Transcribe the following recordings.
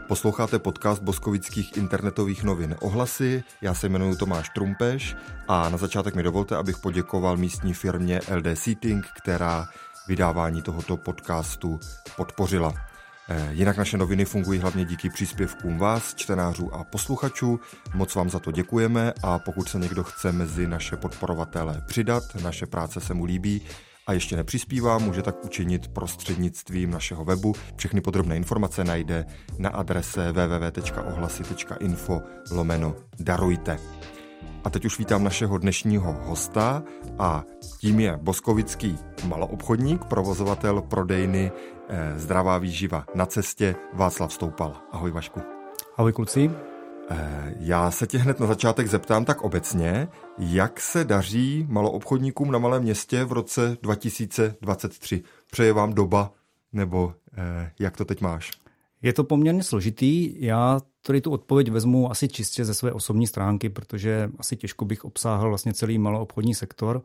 Posloucháte podcast boskovických internetových novin Ohlasy. Já se jmenuji Tomáš Trumpeš a na začátek mi dovolte, abych poděkoval místní firmě LD Seating, která vydávání tohoto podcastu podpořila. Jinak naše noviny fungují hlavně díky příspěvkům vás, čtenářů a posluchačů. Moc vám za to děkujeme a pokud se někdo chce mezi naše podporovatele přidat, naše práce se mu líbí a ještě nepřispívá, může tak učinit prostřednictvím našeho webu. Všechny podrobné informace najde na adrese www.ohlasy.info/darujte. A teď už vítám našeho dnešního hosta a tím je boskovický maloobchodník, provozovatel prodejny Zdravá výživa na cestě Václav Stoupal. Ahoj Vašku. Ahoj kluci. Já se tě hned na začátek zeptám tak obecně, jak se daří maloobchodníkům na malém městě v roce 2023? Přeje vám doba, nebo jak to teď máš? Je to poměrně složitý. Já tady tu odpověď vezmu asi čistě ze své osobní stránky, protože asi těžko bych obsáhl vlastně celý maloobchodní sektor.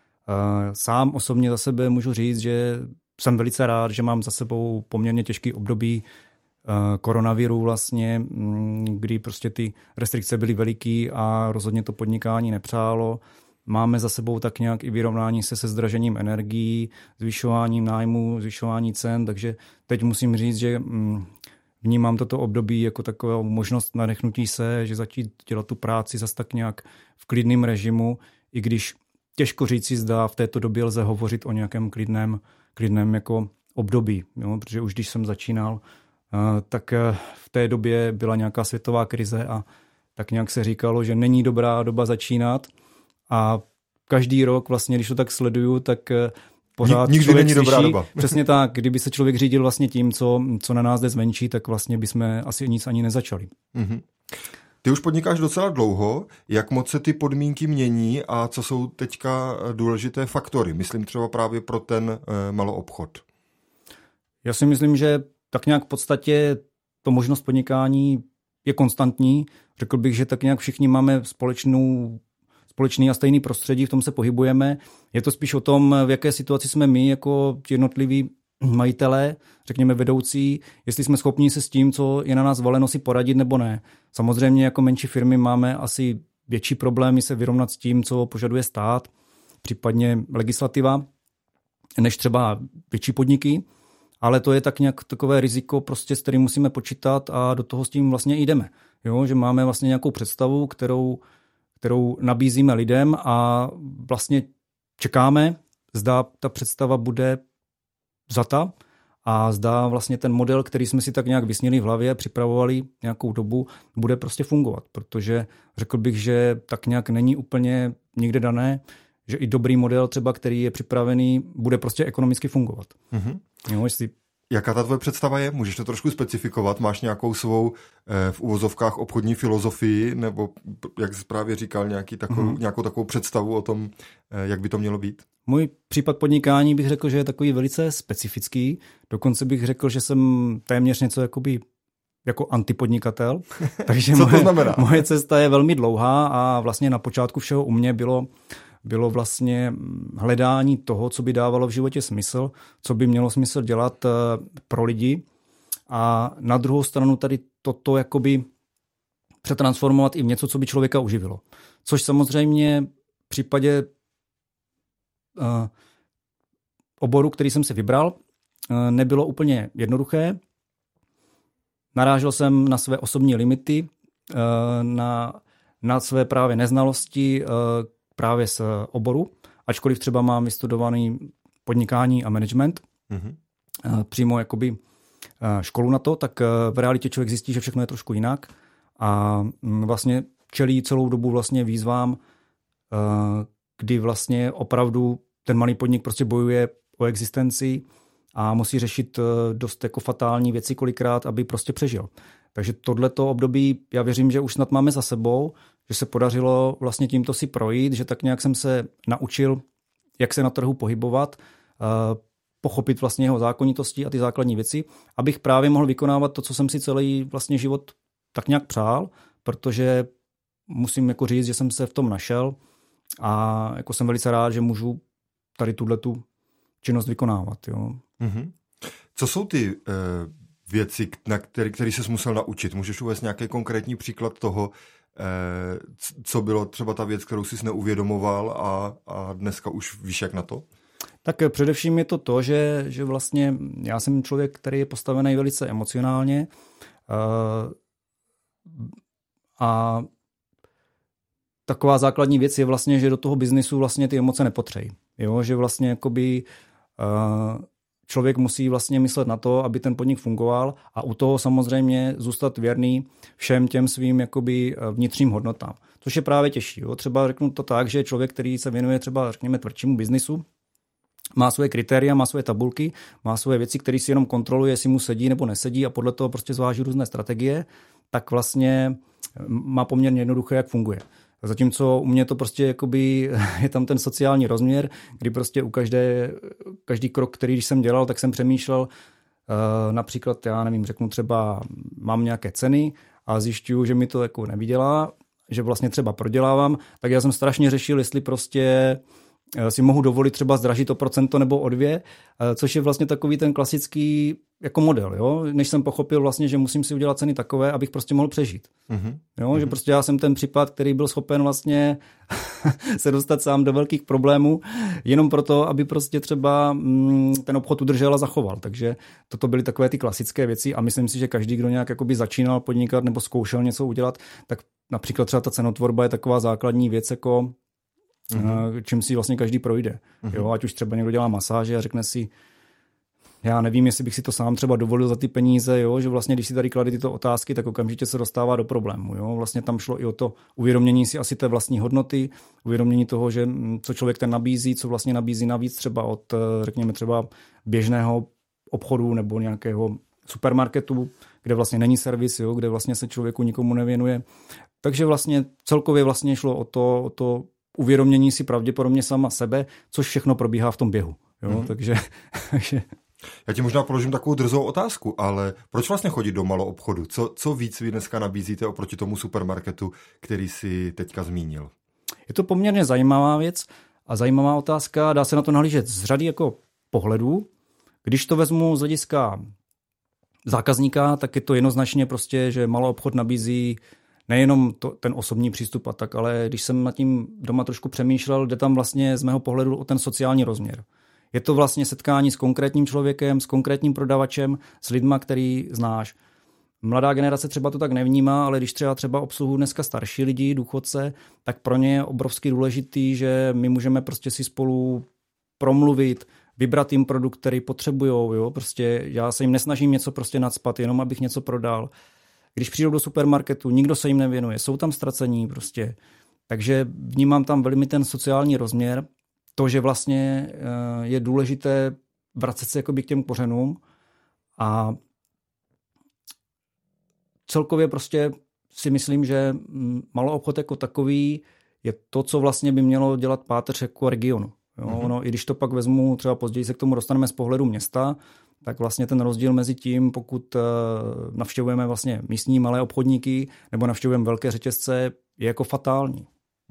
Sám osobně za sebe můžu říct, že jsem velice rád, že mám za sebou poměrně těžký období koronaviru vlastně, kdy prostě ty restrikce byly veliký a rozhodně to podnikání nepřálo. Máme za sebou tak nějak i vyrovnání se zdražením energií, zvyšováním nájmu, zvyšování cen, takže teď musím říct, že vnímám toto období jako takovou možnost nadechnutí se, že začít dělat tu práci zase tak nějak v klidném režimu, i když těžko říci, zda v této době lze hovořit o nějakém klidném jako období, jo? Protože už když jsem začínal, tak v té době byla nějaká světová krize a tak nějak se říkalo, že není dobrá doba začínat a každý rok vlastně, když to tak sleduju, tak pořád nikdy člověk není slyší, dobrá doba. Přesně tak, kdyby se člověk řídil vlastně tím, co na nás jde zvenčí, tak vlastně bychom asi nic ani nezačali. Mm-hmm. Ty už podnikáš docela dlouho, jak moc se ty podmínky mění a co jsou teďka důležité faktory? Myslím třeba právě pro ten maloobchod. Já si myslím, že tak nějak v podstatě to možnost podnikání je konstantní. Řekl bych, že tak nějak všichni máme společný a stejný prostředí, v tom se pohybujeme. Je to spíš o tom, v jaké situaci jsme my jako jednotliví majitelé, řekněme vedoucí, jestli jsme schopni se s tím, co je na nás valeno, si poradit nebo ne. Samozřejmě jako menší firmy máme asi větší problémy se vyrovnat s tím, co požaduje stát, případně legislativa, než třeba větší podniky, ale to je tak nějak takové riziko, prostě, s kterým musíme počítat a do toho s tím vlastně jdeme. Jo, že máme vlastně nějakou představu, kterou nabízíme lidem a vlastně čekáme, zda ta představa bude vzata a zda vlastně ten model, který jsme si tak nějak vysnili v hlavě, připravovali nějakou dobu, bude prostě fungovat, protože řekl bych, že tak nějak není úplně nikde dané, že i dobrý model třeba, který je připravený, bude prostě ekonomicky fungovat. Mm-hmm. Jo, Jaká ta tvoje představa je? Můžeš to trošku specifikovat? Máš nějakou svou v uvozovkách obchodní filozofii, nebo jak jsi právě říkal, nějakou takovou představu o tom, jak by to mělo být? Můj případ podnikání bych řekl, že je takový velice specifický. Dokonce bych řekl, že jsem téměř něco jako antipodnikatel. Takže Co to znamená? Moje cesta je velmi dlouhá a vlastně na počátku všeho u mě bylo vlastně hledání toho, co by dávalo v životě smysl, co by mělo smysl dělat pro lidi. A na druhou stranu tady toto jakoby přetransformovat i v něco, co by člověka uživilo. Což samozřejmě v případě oboru, který jsem si vybral, nebylo úplně jednoduché. Narážel jsem na své osobní limity, na své právě neznalosti právě z oboru, ačkoliv třeba mám vystudovaný podnikání a management, přímo jakoby školu na to, tak v realitě člověk zjistí, že všechno je trošku jinak a vlastně čelí celou dobu vlastně výzvám, kdy vlastně opravdu ten malý podnik prostě bojuje o existenci a musí řešit dost jako fatální věci kolikrát, aby prostě přežil. Takže tohleto období, já věřím, že už snad máme za sebou, že se podařilo vlastně tímto si projít, že tak nějak jsem se naučil, jak se na trhu pohybovat, pochopit vlastně jeho zákonitosti a ty základní věci, abych právě mohl vykonávat to, co jsem si celý vlastně život tak nějak přál, protože musím jako říct, že jsem se v tom našel a jako jsem velice rád, že můžu tady tuhletu činnost vykonávat. Jo. Mm-hmm. Co jsou ty věci, na který ses musel naučit? Můžeš uvést nějaký konkrétní příklad toho, co bylo třeba ta věc, kterou jsi neuvědomoval a dneska už víš jak na to? Tak především je to, že vlastně já jsem člověk, který je postavený velice emocionálně a taková základní věc je vlastně, že do toho biznisu vlastně ty emoce nepotřejí. Jo? Že vlastně jakoby člověk musí vlastně myslet na to, aby ten podnik fungoval a u toho samozřejmě zůstat věrný všem těm svým jakoby vnitřním hodnotám. Což je právě těžší. Jo? Třeba řeknu to tak, že člověk, který se věnuje třeba řekněme tvrdšímu biznisu, má svoje kritéria, má svoje tabulky, má svoje věci, které si jenom kontroluje, jestli mu sedí nebo nesedí a podle toho prostě zváží různé strategie, tak vlastně má poměrně jednoduché, jak funguje. Zatímco u mě to prostě jakoby, je tam ten sociální rozměr, kdy prostě u každý krok, který když jsem dělal, tak jsem přemýšlel například, já nevím, řeknu třeba, mám nějaké ceny a zjišťuju, že mi to jako nevydělá, že vlastně třeba prodělávám, tak já jsem strašně řešil, jestli prostě si mohu dovolit třeba zdražit o procento nebo o 2, což je vlastně takový ten klasický jako model, jo? Než jsem pochopil vlastně, že musím si udělat ceny takové, abych prostě mohl přežít. Jo? Že prostě já jsem ten případ, který byl schopen vlastně se dostat sám do velkých problémů, jenom proto, aby prostě třeba ten obchod udržel a zachoval. Takže toto byly takové ty klasické věci a myslím si, že každý, kdo nějak jakoby začínal podnikat nebo zkoušel něco udělat, tak například třeba ta cenotvorba je taková základní věc, jako čím si vlastně každý projde. Jo, ať už třeba někdo dělá masáže a řekne si, já nevím, jestli bych si to sám třeba dovolil za ty peníze, jo, že vlastně, když si tady klade tyto otázky, tak okamžitě se dostává do problému. Jo. Vlastně tam šlo i o to uvědomění si asi té vlastní hodnoty, uvědomění toho, že co člověk ten nabízí, co vlastně nabízí navíc třeba od, řekněme třeba běžného obchodu nebo nějakého supermarketu, kde vlastně není servis, jo, kde vlastně se člověku nikomu nevěnuje. Takže vlastně celkově vlastně šlo o to uvědomění si pravděpodobně sama sebe, což všechno probíhá v tom běhu. Jo? Takže... Já ti možná položím takovou drzou otázku, ale proč vlastně chodit do maloobchodu? Co víc vy dneska nabízíte oproti tomu supermarketu, který si teďka zmínil? Je to poměrně zajímavá věc a zajímavá otázka. Dá se na to nahlížet z řady jako pohledů. Když to vezmu z hlediska zákazníka, tak je to jednoznačně prostě, že maloobchod nabízí nejenom ten osobní přístup a tak, ale když jsem nad tím doma trošku přemýšlel, jde tam vlastně z mého pohledu o ten sociální rozměr. Je to vlastně setkání s konkrétním člověkem, s konkrétním prodavačem, s lidma, který znáš. Mladá generace třeba to tak nevnímá, ale když třeba obsluhují dneska starší lidi, důchodce, tak pro ně je obrovsky důležitý, že my můžeme prostě si spolu promluvit, vybrat jim produkt, který potřebujou. Jo? Prostě já se jim nesnažím něco prostě nacpat, jenom abych něco prodal. Když přijdou do supermarketu, nikdo se jim nevěnuje, jsou tam ztracení prostě. Takže vnímám tam velmi ten sociální rozměr, to, že vlastně je důležité vracet se jakoby k těm kořenům a celkově prostě si myslím, že maloobchod jako takový je to, co vlastně by mělo dělat páteř jako regionu. Jo? No, i když to pak vezmu, třeba později se k tomu dostaneme z pohledu města, tak vlastně ten rozdíl mezi tím, pokud navštěvujeme vlastně místní malé obchodníky nebo navštěvujeme velké řetězce, je jako fatální.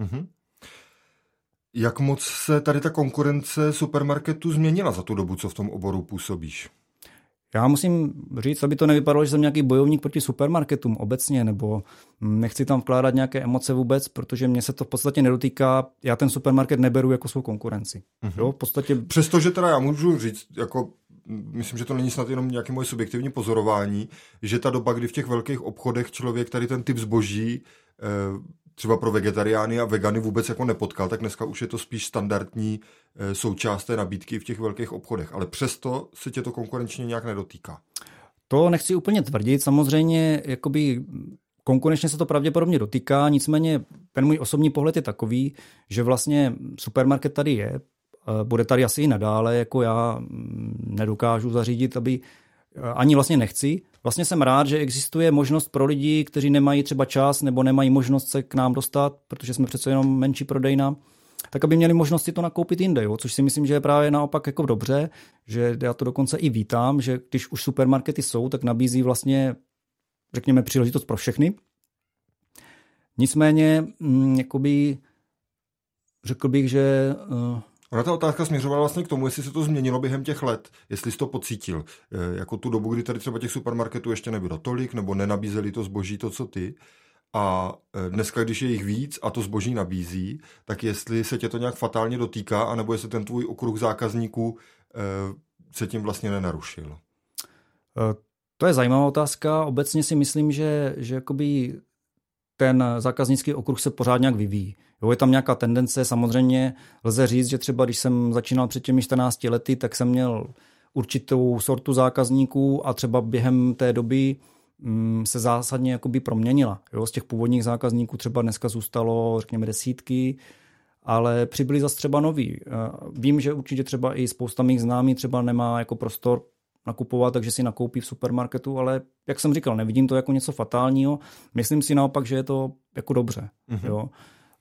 Jak moc se tady ta konkurence supermarketu změnila za tu dobu, co v tom oboru působíš? Já musím říct, aby to nevypadalo, že jsem nějaký bojovník proti supermarketům obecně, nebo nechci tam vkládat nějaké emoce vůbec, protože mě se to v podstatě nedotýká. Já ten supermarket neberu jako svou konkurenci. Jo, v podstatě... Přestože teda já můžu říct, jako myslím, že to není snad jenom nějaké moje subjektivní pozorování, že ta doba, kdy v těch velkých obchodech člověk tady ten typ zboží třeba pro vegetariány a vegany vůbec jako nepotkal, tak dneska už je to spíš standardní součást té nabídky v těch velkých obchodech. Ale přesto se tě to konkurenčně nějak nedotýká. To nechci úplně tvrdit. Samozřejmě jakoby konkurenčně se to pravděpodobně dotýká, nicméně ten můj osobní pohled je takový, že vlastně supermarket tady je, bude tady asi i nadále, jako já nedokážu zařídit, aby ani vlastně nechci. Vlastně jsem rád, že existuje možnost pro lidi, kteří nemají třeba čas nebo nemají možnost se k nám dostat, protože jsme přece jenom menší prodejna, tak aby měli možnost si to nakoupit jinde, jo? Což si myslím, že je právě naopak jako dobře, že já to dokonce i vítám, že když už supermarkety jsou, tak nabízí vlastně, řekněme, příležitost pro všechny. Nicméně, jakoby, řekl bych, že Ona ta otázka směřovala vlastně k tomu, jestli se to změnilo během těch let, jestli jsi to pocítil. Jako tu dobu, kdy tady třeba těch supermarketů ještě nebylo tolik, nebo nenabízeli to zboží to, co ty. A dneska, když je jich víc a to zboží nabízí, tak jestli se tě to nějak fatálně dotýká, anebo jestli ten tvůj okruh zákazníků se tím vlastně nenarušil. To je zajímavá otázka. Obecně si myslím, že jakoby ten zákaznický okruh se pořád nějak vyvíjí. Jo, je tam nějaká tendence, samozřejmě lze říct, že třeba když jsem začínal před těmi 14 lety, tak jsem měl určitou sortu zákazníků a třeba během té doby se zásadně jakoby proměnila. Jo, z těch původních zákazníků třeba dneska zůstalo, řekněme, desítky, ale přibyli zase třeba noví. Vím, že určitě třeba i spousta mých známých třeba nemá jako prostor nakupovat, takže si nakoupí v supermarketu, ale jak jsem říkal, nevidím to jako něco fatálního. Myslím si naopak, že je to jako dobře. Mm-hmm. Jo.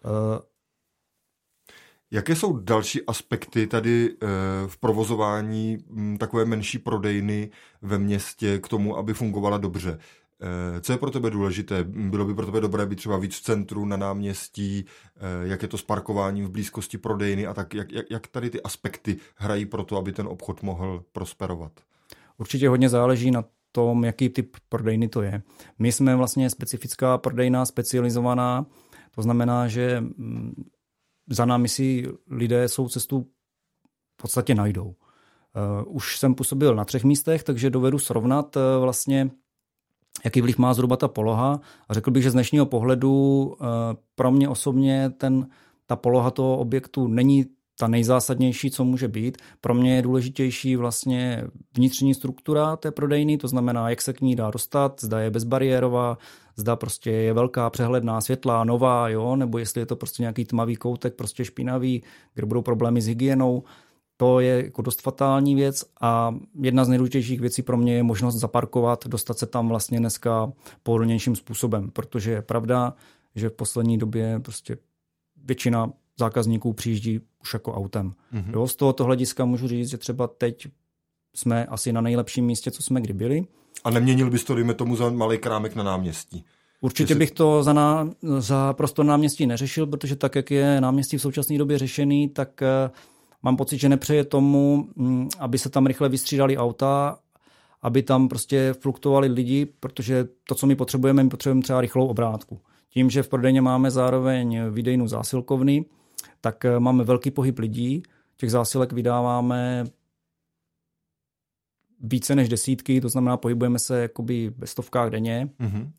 Jaké jsou další aspekty tady v provozování takové menší prodejny ve městě k tomu, aby fungovala dobře? Co je pro tebe důležité? Bylo by pro tebe dobré být třeba víc v centru, na náměstí? Jak je to s parkováním v blízkosti prodejny? A tak jak tady ty aspekty hrají pro to, aby ten obchod mohl prosperovat? Určitě hodně záleží na tom, jaký typ prodejny to je. My jsme vlastně specifická prodejna, specializovaná. To znamená, že za námi si lidé svou cestu v podstatě najdou. Už jsem působil na 3 místech, takže dovedu srovnat vlastně, jaký vliv má zhruba ta poloha. A řekl bych, že z dnešního pohledu pro mě osobně ta poloha toho objektu není ta nejzásadnější, co může být. Pro mě je důležitější vlastně vnitřní struktura té prodejny, to znamená, jak se k ní dá dostat, zda je bezbariérová, zda prostě je velká, přehledná, světlá, nová, jo, nebo jestli je to prostě nějaký tmavý koutek, prostě špinavý, kde budou problémy s hygienou. To je jako dost fatální věc a jedna z nejdůležitějších věcí pro mě je možnost zaparkovat, dostat se tam vlastně dneska pohodlnějším způsobem, protože je pravda, že v poslední době prostě většina zákazníků přijíždí už jako autem. Mm-hmm. Jo, z tohoto hlediska můžu říct, že třeba teď jsme asi na nejlepším místě, co jsme kdy byli. A neměnil bys to, dejme tomu, za malý krámek na náměstí? Určitě bych to za prostor náměstí neřešil, protože tak, jak je náměstí v současné době řešený, tak mám pocit, že nepřeje tomu, aby se tam rychle vystřídali auta, aby tam prostě fluktuovali lidi, protože to, co my potřebujeme třeba rychlou obrátku. Tím, že v prodejně máme zároveň výdejnu zásilkovny, tak máme velký pohyb lidí. Těch zásilek vydáváme více než desítky, to znamená, pohybujeme se jakoby ve stovkách denně. Mm-hmm.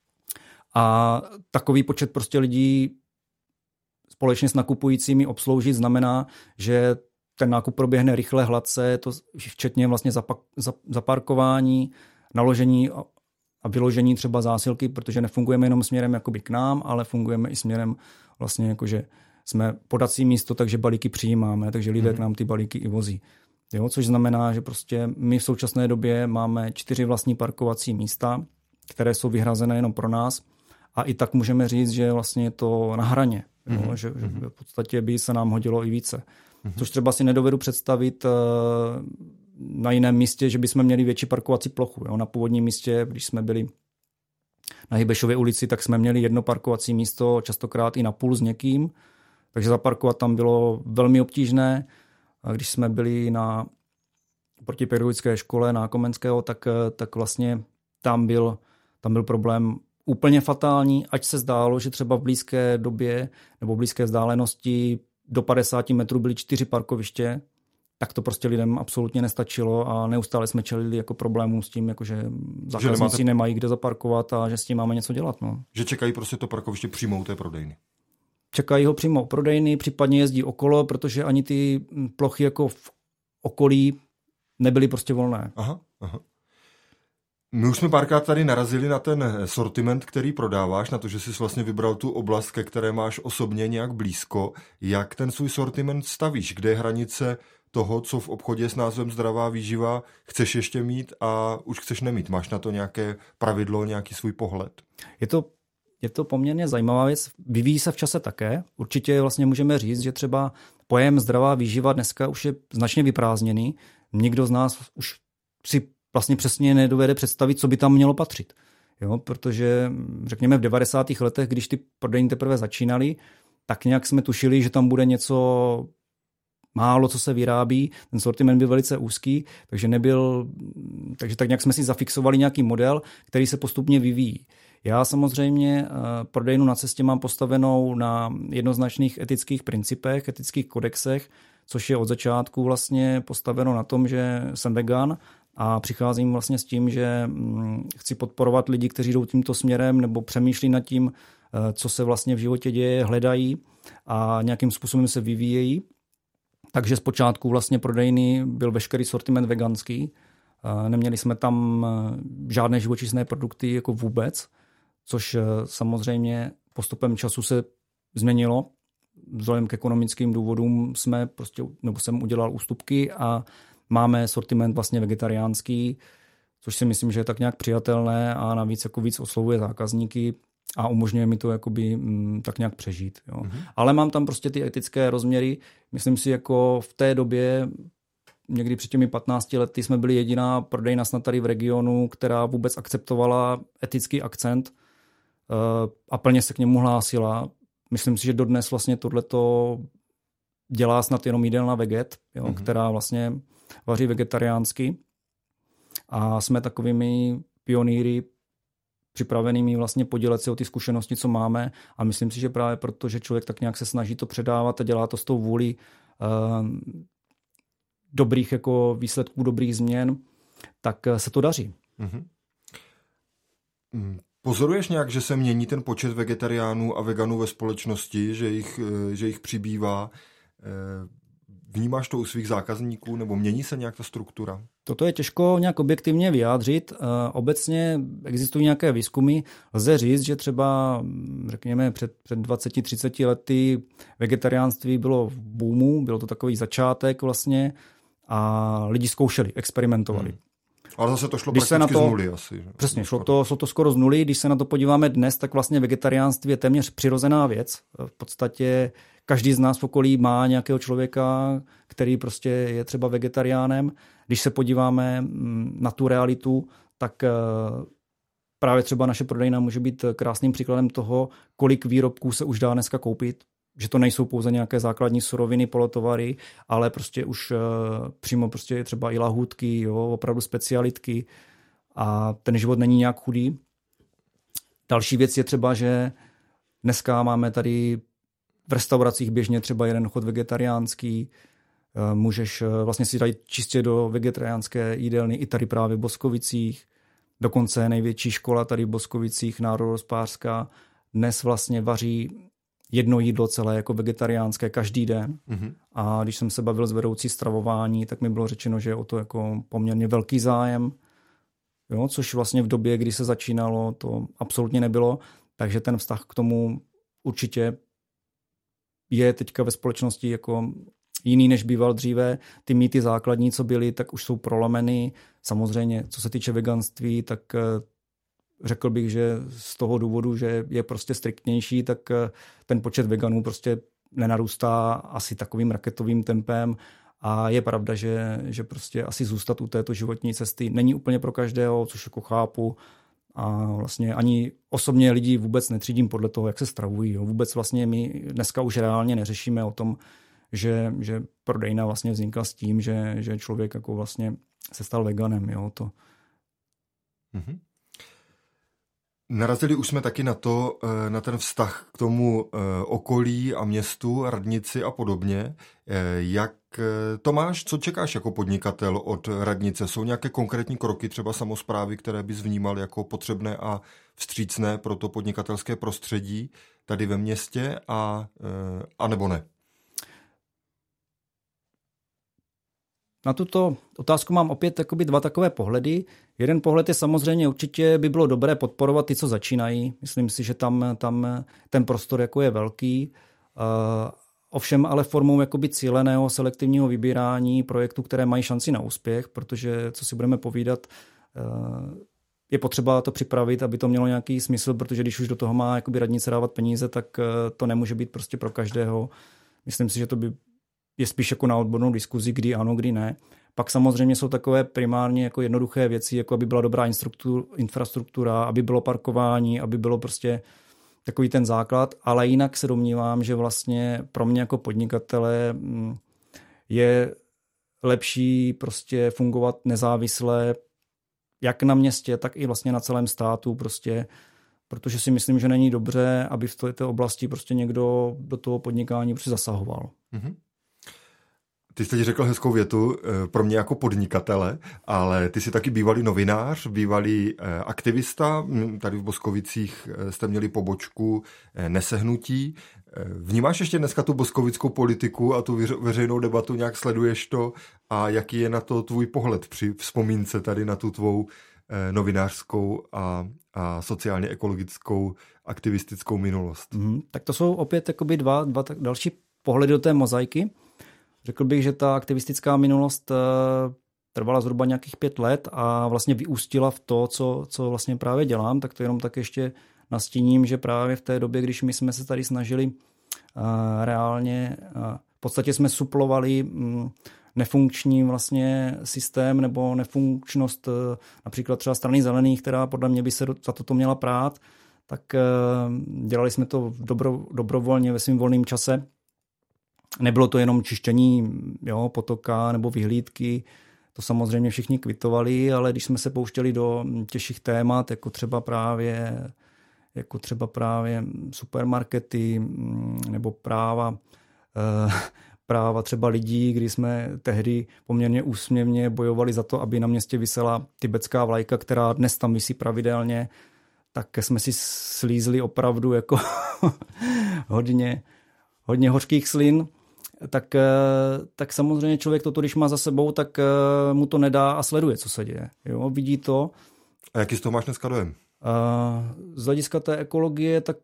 A takový počet prostě lidí společně s nakupujícími obsloužit znamená, že ten nákup proběhne rychle, hladce, to včetně vlastně zaparkování, naložení a vyložení třeba zásilky, protože nefungujeme jenom směrem jakoby k nám, ale fungujeme i směrem vlastně jakože jsme podací místo, takže balíky přijímáme, takže lidé k nám ty balíky i vozí. Jo, což znamená, že prostě my v současné době máme 4 vlastní parkovací místa, které jsou vyhrazené jenom pro nás a i tak můžeme říct, že vlastně je to na hraně, jo, že v podstatě by se nám hodilo i více. Což třeba si nedovedu představit na jiném místě, že bychom měli větší parkovací plochu. Jo. Na původním místě, když jsme byli na Hybešově ulici, tak jsme měli jedno parkovací místo, častokrát i na půl s někým, takže zaparkovat tam bylo velmi obtížné. A když jsme byli na protipedagogické škole na Komenského, tak vlastně tam byl problém úplně fatální, ať se zdálo, že třeba v blízké době nebo v blízké vzdálenosti do 50 metrů byly 4 parkoviště, tak to prostě lidem absolutně nestačilo a neustále jsme čelili jako problémů s tím, jako že zákazníci nemají kde zaparkovat a že s tím máme něco dělat. No. Že čekají prostě to parkoviště přímo u té prodejny. Čekají ho přímo u prodejny, případně jezdí okolo, protože ani ty plochy jako v okolí nebyly prostě volné. Aha. My už jsme párkrát tady narazili na ten sortiment, který prodáváš, na to, že jsi vlastně vybral tu oblast, ke které máš osobně nějak blízko. Jak ten svůj sortiment stavíš? Kde je hranice toho, co v obchodě s názvem zdravá výživa chceš ještě mít a už chceš nemít? Máš na to nějaké pravidlo, nějaký svůj pohled? Je to poměrně zajímavá věc. Vyvíjí se v čase také. Určitě vlastně můžeme říct, že třeba pojem zdravá výživa dneska už je značně vyprázdněný. Nikdo z nás už si vlastně přesně nedovede představit, co by tam mělo patřit. Jo, protože řekněme v 90. letech, když ty prodejny teprve začínaly, tak nějak jsme tušili, že tam bude něco málo, co se vyrábí, ten sortiment byl velice úzký, takže tak nějak jsme si zafixovali nějaký model, který se postupně vyvíjí. Já samozřejmě prodejnu Na cestě mám postavenou na jednoznačných etických principech, etických kodexech, což je od začátku vlastně postaveno na tom, že jsem vegan a přicházím vlastně s tím, že chci podporovat lidi, kteří jdou tímto směrem nebo přemýšlí nad tím, co se vlastně v životě děje, hledají a nějakým způsobem se vyvíjejí. Takže zpočátku vlastně prodejny byl veškerý sortiment veganský. Neměli jsme tam žádné živočišné produkty jako vůbec, což samozřejmě postupem času se změnilo. Vzhledem k ekonomickým důvodům jsem udělal ústupky a máme sortiment vlastně vegetariánský, což si myslím, že je tak nějak přijatelné a navíc jako víc oslovuje zákazníky a umožňuje mi to jakoby tak nějak přežít. Jo. Ale mám tam prostě ty etické rozměry. Myslím si, jako v té době, někdy před těmi 15 lety, jsme byli jediná prodejna snad tady v regionu, která vůbec akceptovala etický akcent a plně se k němu hlásila. Myslím si, že dodnes vlastně tohleto dělá snad jenom jídelna Veget, jo, která vlastně vaří vegetariánsky. A jsme takovými pionýry připravenými vlastně podělit si o ty zkušenosti, co máme. A myslím si, že právě proto, že člověk tak nějak se snaží to předávat a dělá to s tou vůlí dobrých jako výsledků, dobrých změn, tak se to daří. Pozoruješ nějak, že se mění ten počet vegetariánů a veganů ve společnosti, že jich přibývá? Vnímáš to u svých zákazníků nebo mění se nějak ta struktura? Toto je těžko nějak objektivně vyjádřit. Obecně existují nějaké výzkumy. Lze říct, že třeba, řekněme, před 20-30 lety vegetariánství bylo v boomu, byl to takový začátek vlastně a lidi zkoušeli, experimentovali. Ale zase to šlo prakticky z nuly asi. Přesně, šlo to skoro z nuly. Když se na to podíváme dnes, tak vlastně vegetariánství je téměř přirozená věc. V podstatě každý z nás v okolí má nějakého člověka, který prostě je třeba vegetariánem. Když se podíváme na tu realitu, tak právě třeba naše prodejna může být krásným příkladem toho, kolik výrobků se už dá dneska koupit. Že to nejsou pouze nějaké základní suroviny, polotovary, ale prostě už přímo prostě třeba i lahůdky, jo, opravdu specialitky a ten život není nějak chudý. Další věc je třeba, že dneska máme tady v restauracích běžně třeba jeden chod vegetariánský, můžeš vlastně si dát čistě do vegetariánské jídelny i tady právě v Boskovicích, dokonce největší škola tady v Boskovicích, národohospodářská, dnes vlastně vaří jedno jídlo celé jako vegetariánské každý den. A když jsem se bavil s vedoucí stravování, tak mi bylo řečeno, že je o to jako poměrně velký zájem, jo, což vlastně v době, kdy se začínalo, to absolutně nebylo. Takže ten vztah k tomu určitě je teďka ve společnosti jako jiný, než býval dříve. Ty mýty základní, co byly, tak už jsou prolomeny. Samozřejmě, co se týče veganství, tak řekl bych, že z toho důvodu, že je prostě striktnější, tak ten počet veganů prostě nenarůstá asi takovým raketovým tempem a je pravda, že prostě asi zůstat u této životní cesty není úplně pro každého, což jako chápu a vlastně ani osobně lidi vůbec netřídím podle toho, jak se stravují. Jo. Vůbec vlastně my dneska už reálně neřešíme o tom, že prodejna vlastně vznikla s tím, že člověk jako vlastně se stal veganem. Jo, to. Narazili už jsme taky na ten vztah k tomu okolí a městu, radnici a podobně. Jak to máš, co čekáš jako podnikatel od radnice? Jsou nějaké konkrétní kroky, třeba samosprávy, které bys vnímal jako potřebné a vstřícné pro to podnikatelské prostředí tady ve městě a nebo ne? Na tuto otázku mám opět dva takové pohledy. Jeden pohled je samozřejmě určitě by bylo dobré podporovat ty, co začínají. Myslím si, že tam ten prostor jako je velký. Ovšem ale formou jakoby cíleného selektivního vybírání projektů, které mají šanci na úspěch, protože, co si budeme povídat, je potřeba to připravit, aby to mělo nějaký smysl, protože když už do toho má jakoby radnice dávat peníze, tak to nemůže být prostě pro každého. Myslím si, že to by je spíš jako na odbornou diskuzi, kdy ano, kdy ne. Pak samozřejmě jsou takové primárně jako jednoduché věci, jako aby byla dobrá infrastruktura, aby bylo parkování, aby bylo prostě takový ten základ, ale jinak se domnívám, že vlastně pro mě jako podnikatele je lepší prostě fungovat nezávisle jak na městě, tak i vlastně na celém státu prostě, protože si myslím, že není dobře, aby v této oblasti prostě někdo do toho podnikání prostě zasahoval. Mm-hmm. Ty jsi teď řekl hezkou větu pro mě jako podnikatele, ale ty jsi taky bývalý novinář, bývalý aktivista. Tady v Boskovicích jste měli pobočku Nesehnutí. Vnímáš ještě dneska tu boskovickou politiku a tu veřejnou debatu, nějak sleduješ to a jaký je na to tvůj pohled při vzpomínce tady na tu tvou novinářskou a sociálně ekologickou aktivistickou minulost? Tak to jsou opět jakoby dva další pohledy do té mozaiky. Řekl bych, že ta aktivistická minulost trvala zhruba nějakých 5 let a vlastně vyústila v to, co vlastně právě dělám, tak to jenom tak ještě nastíním, že právě v té době, když my jsme se tady snažili reálně, v podstatě jsme suplovali nefunkční vlastně systém nebo nefunkčnost například třeba strany zelených, která podle mě by se za toto měla prát, tak dělali jsme to dobrovolně ve svém volném čase. Nebylo to jenom čištění potoka nebo vyhlídky, to samozřejmě všichni kvitovali, ale když jsme se pouštěli do těžších témat, jako třeba právě supermarkety nebo práva třeba lidí, kdy jsme tehdy poměrně úsměvně bojovali za to, aby na městě visela tibetská vlajka, která dnes tam visí pravidelně, tak jsme si slízli opravdu jako hodně hořkých slin. Tak samozřejmě člověk toto, když má za sebou, tak mu to nedá a sleduje, co se děje. Jo, vidí to. A jaký z toho máš dneska dojem? Z hlediska té ekologie, tak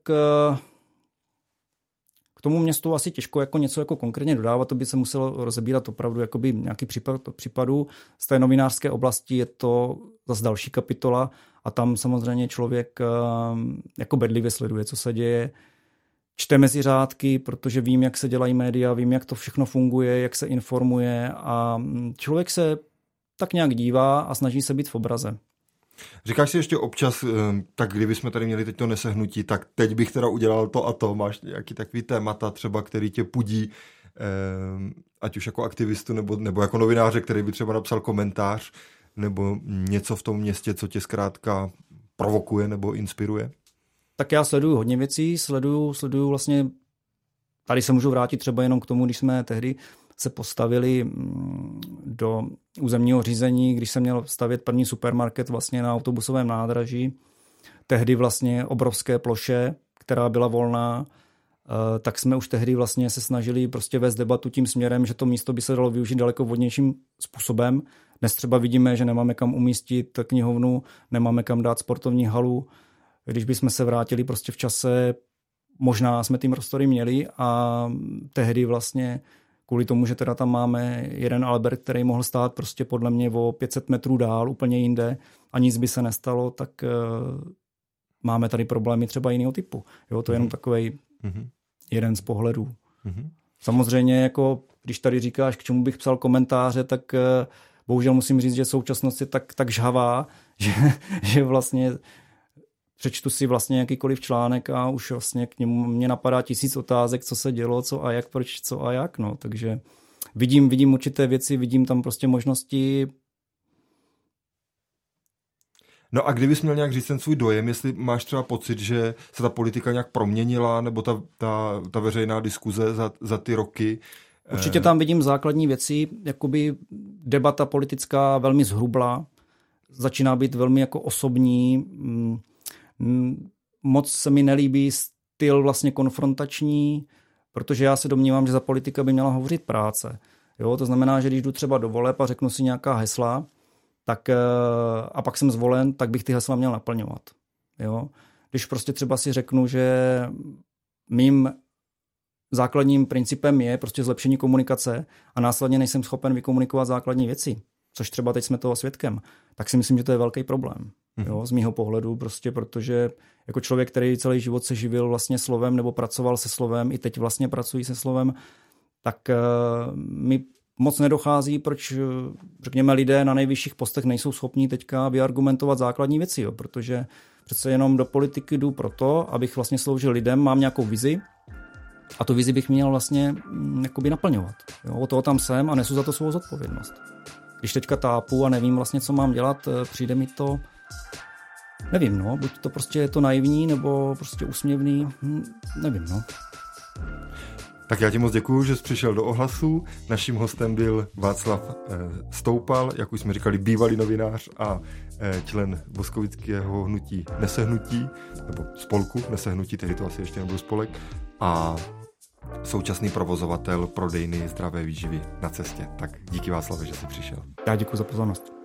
k tomu městu asi těžko jako něco jako konkrétně dodávat, to by se muselo rozebírat opravdu jakoby nějaký případů. Z té novinářské oblasti je to zase další kapitola a tam samozřejmě člověk jako bedlivě sleduje, co se děje. Čte mezi řádky, protože vím, jak se dělají média, vím, jak to všechno funguje, jak se informuje a člověk se tak nějak dívá a snaží se být v obraze. Říkáš si ještě občas, tak kdyby jsme tady měli teď to Nesehnutí, tak teď bych teda udělal to a to. Máš nějaký takový témata třeba, který tě pudí, ať už jako aktivistu nebo jako novináře, který by třeba napsal komentář nebo něco v tom městě, co tě zkrátka provokuje nebo inspiruje? Tak já sleduju hodně věcí, sleduju vlastně, tady se můžu vrátit třeba jenom k tomu, když jsme tehdy se postavili do územního řízení, když jsem měl stavět první supermarket vlastně na autobusovém nádraží, tehdy vlastně obrovské ploše, která byla volná, tak jsme už tehdy vlastně se snažili prostě vést debatu tím směrem, že to místo by se dalo využít daleko vhodnějším způsobem. Dnes třeba vidíme, že nemáme kam umístit knihovnu, nemáme kam dát sportovní halu. Když bychom se vrátili prostě v čase, možná jsme ty prostory měli a tehdy vlastně kvůli tomu, že teda tam máme jeden Albert, který mohl stát prostě podle mě o 500 metrů dál, úplně jinde a nic by se nestalo, tak máme tady problémy třeba jiného typu. Jo, to je jenom takovej jeden z pohledů. Samozřejmě, jako když tady říkáš, k čemu bych psal komentáře, tak bohužel musím říct, že současnost je tak žhavá, že vlastně přečtu si vlastně jakýkoliv článek a už vlastně k němu mě napadá 1000 otázek, co se dělo, co a jak, proč, co a jak. No. Takže vidím určité věci, vidím tam prostě možnosti. No a kdybys měl nějak říct ten svůj dojem, jestli máš třeba pocit, že se ta politika nějak proměnila, nebo ta veřejná diskuze za ty roky? Určitě tam vidím základní věci, jakoby debata politická velmi zhrubla, začíná být velmi jako osobní. Moc se mi nelíbí styl vlastně konfrontační, protože já se domnívám, že za politika by měla hovořit práce. Jo, to znamená, že když jdu třeba do voleb a řeknu si nějaká hesla, tak, a pak jsem zvolen, tak bych ty hesla měl naplňovat. Jo? Když prostě třeba si řeknu, že mým základním principem je prostě zlepšení komunikace a následně nejsem schopen vykomunikovat základní věci, což třeba teď jsme toho svědkem, tak si myslím, že to je velký problém. Jo, z mýho pohledu, prostě protože jako člověk, který celý život se živil vlastně slovem nebo pracoval se slovem, i teď vlastně pracuji se slovem, tak mi moc nedochází, proč, řekněme, lidé na nejvyšších postech nejsou schopní teďka vyargumentovat základní věci, jo, protože přece jenom do politiky jdu proto, abych vlastně sloužil lidem, mám nějakou vizi A tu vizi bych měl vlastně jakoby naplňovat. Jo, od toho tam jsem a nesu za to svou zodpovědnost. Když teďka tápu a nevím vlastně, co mám dělat, přijde mi to, nevím, no, buď to prostě je to naivní, nebo prostě úsměvný, nevím, no. Tak já ti moc děkuju, že jsi přišel do Ohlasu. Naším hostem byl Václav Stoupal, jak už jsme říkali, bývalý novinář a člen boskovického hnutí Nesehnutí, nebo spolku Nesehnutí, tehdy to asi ještě nebyl spolek, a současný provozovatel prodejny zdravé výživy Na cestě. Tak díky, Václave, že jsi přišel. Já děkuji za pozornost.